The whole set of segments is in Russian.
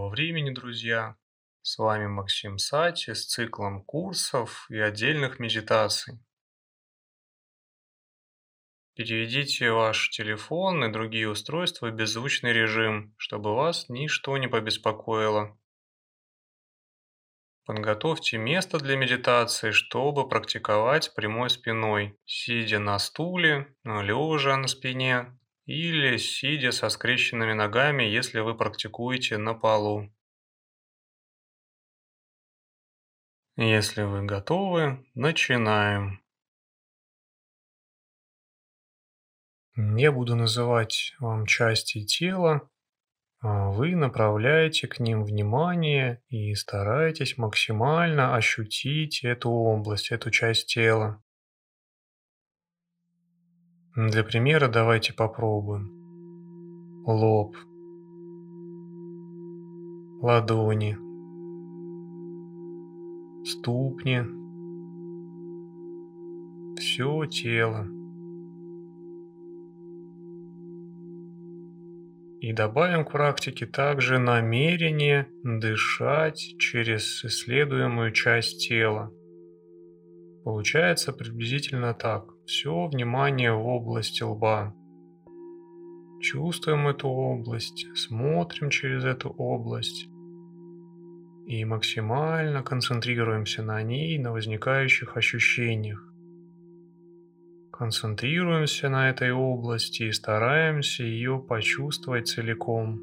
Доброго времени, друзья! С вами Максим Сати с циклом курсов и отдельных медитаций. Переведите ваш телефон и другие устройства в беззвучный режим, чтобы вас ничто не побеспокоило. Подготовьте место для медитации, чтобы практиковать прямой спиной, сидя на стуле, лежа на спине или сидя со скрещенными ногами, если вы практикуете на полу. Если вы готовы, начинаем. Я буду называть вам части тела, а вы направляете к ним внимание и стараетесь максимально ощутить эту область, эту часть тела. Для примера давайте попробуем. Лоб, ладони, ступни, все тело. И добавим к практике также намерение дышать через исследуемую часть тела. Получается приблизительно так. Все внимание в области лба. Чувствуем эту область, смотрим через эту область и максимально концентрируемся на ней, на возникающих ощущениях. Концентрируемся на этой области и стараемся ее почувствовать целиком.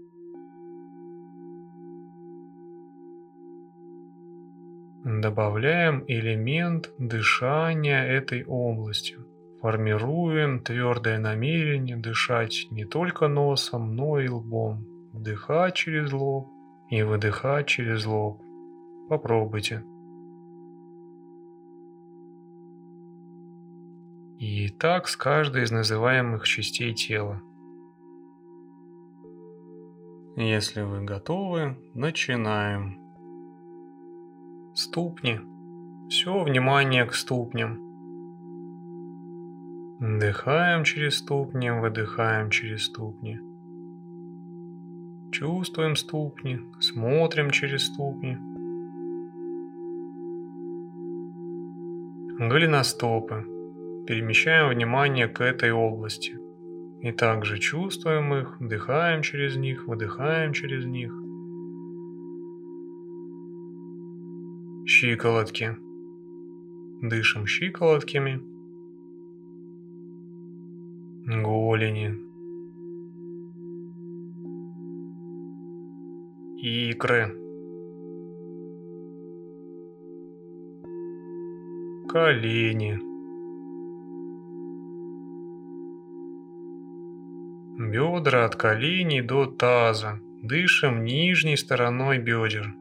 Добавляем элемент дышания этой областью. Формируем твердое намерение дышать не только носом, но и лбом. Вдыхать через лоб и выдыхать через лоб. Попробуйте. И так с каждой из называемых частей тела. Если вы готовы, начинаем. Ступни. Все внимание к ступням. Вдыхаем через ступни, выдыхаем через ступни. Чувствуем ступни, смотрим через ступни. Голеностопы. Перемещаем внимание к этой области. И также чувствуем их, вдыхаем через них, выдыхаем через них. Щиколотки. Дышим щиколотками. Голени. Икры. Колени. Бедра от коленей до таза. Дышим нижней стороной бедер.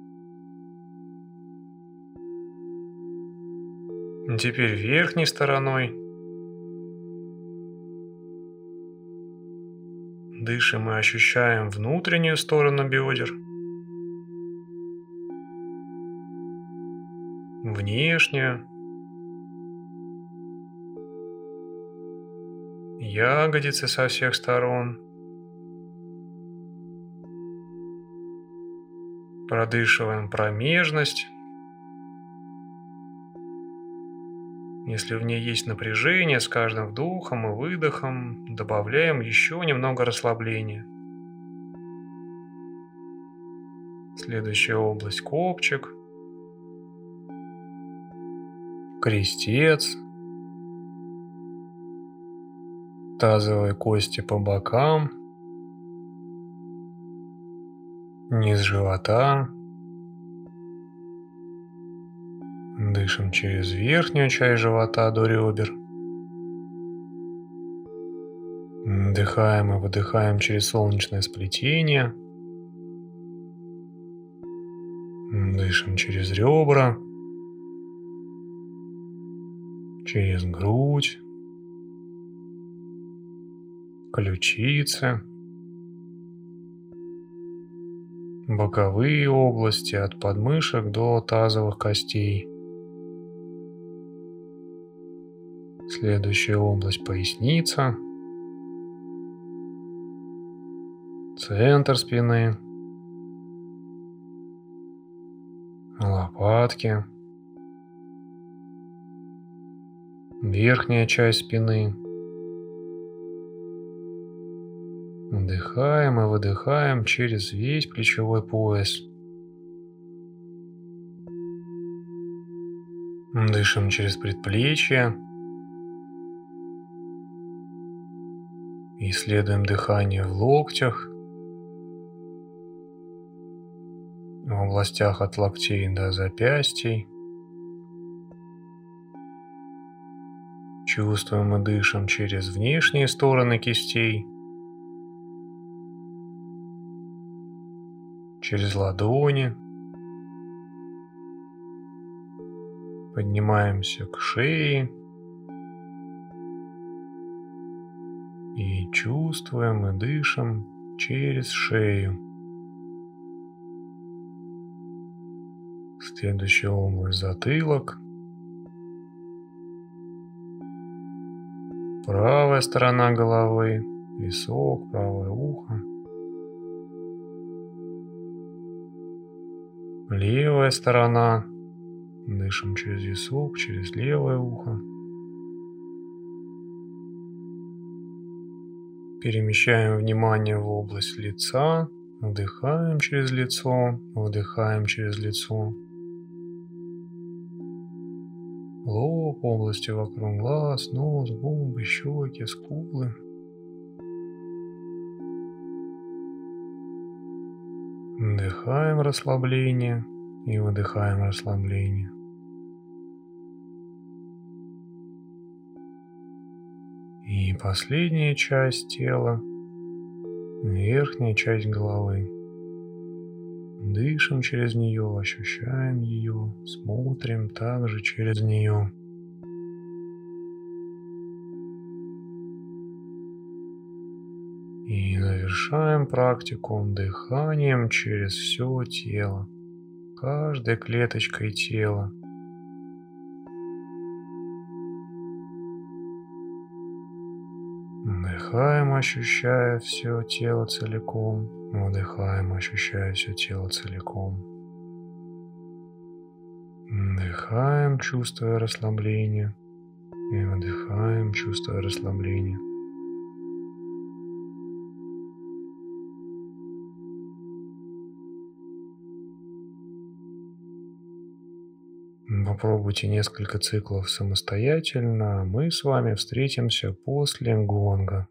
Теперь верхней стороной. Дышим и ощущаем внутреннюю сторону бедер. Внешнюю. Ягодицы со всех сторон. Продышиваем промежность. Если в ней есть напряжение, с каждым вдохом и выдохом добавляем еще немного расслабления. Следующая область – копчик, крестец, тазовые кости по бокам, низ живота. Дышим через верхнюю часть живота до ребер. Вдыхаем и выдыхаем через солнечное сплетение. Дышим через ребра, через грудь, ключицы, боковые области от подмышек до тазовых костей. Следующая область – поясница, центр спины, лопатки, верхняя часть спины. Вдыхаем и выдыхаем через весь плечевой пояс. Дышим через предплечье. Исследуем дыхание в локтях, в областях от локтей до запястий. Чувствуем и дышим через внешние стороны кистей, через ладони. Поднимаемся к шее и чувствуем и дышим через шею. Следующая область — затылок. Правая сторона головы, висок, правое ухо. Левая сторона. Дышим через висок, через левое ухо. Перемещаем внимание в область лица. Вдыхаем через лицо, выдыхаем через лицо. Лоб, области вокруг глаз, нос, губы, щеки, скулы. Вдыхаем расслабление и выдыхаем расслабление. И последняя часть тела, верхняя часть головы. Дышим через нее, ощущаем ее, смотрим также через нее. И завершаем практику дыханием через все тело, каждой клеточкой тела. Вдыхаем, ощущая все тело целиком. Выдыхаем, ощущая все тело целиком. Вдыхаем, чувствуя расслабление. И выдыхаем, чувствуя расслабление. Попробуйте несколько циклов самостоятельно, а мы с вами встретимся после гонга.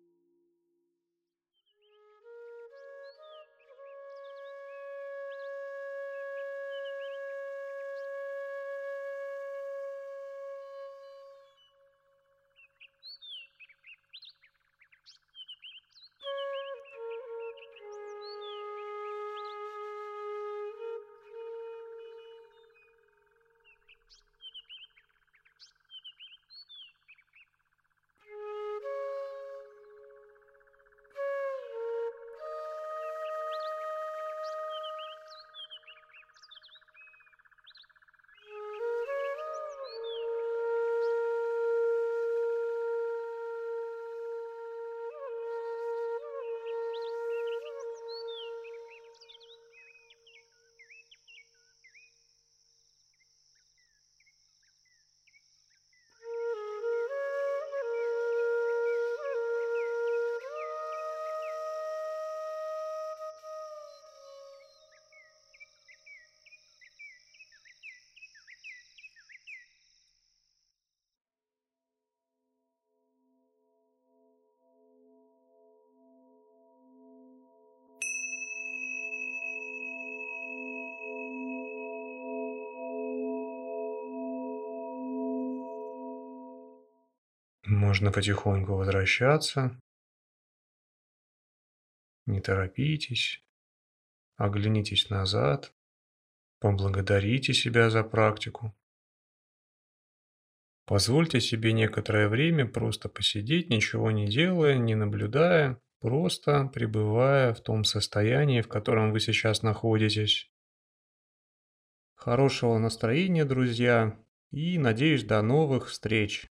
Можно потихоньку возвращаться. Не торопитесь. Оглянитесь назад. Поблагодарите себя за практику. Позвольте себе некоторое время просто посидеть, ничего не делая, не наблюдая, просто пребывая в том состоянии, в котором вы сейчас находитесь. Хорошего настроения, друзья, и, надеюсь, до новых встреч!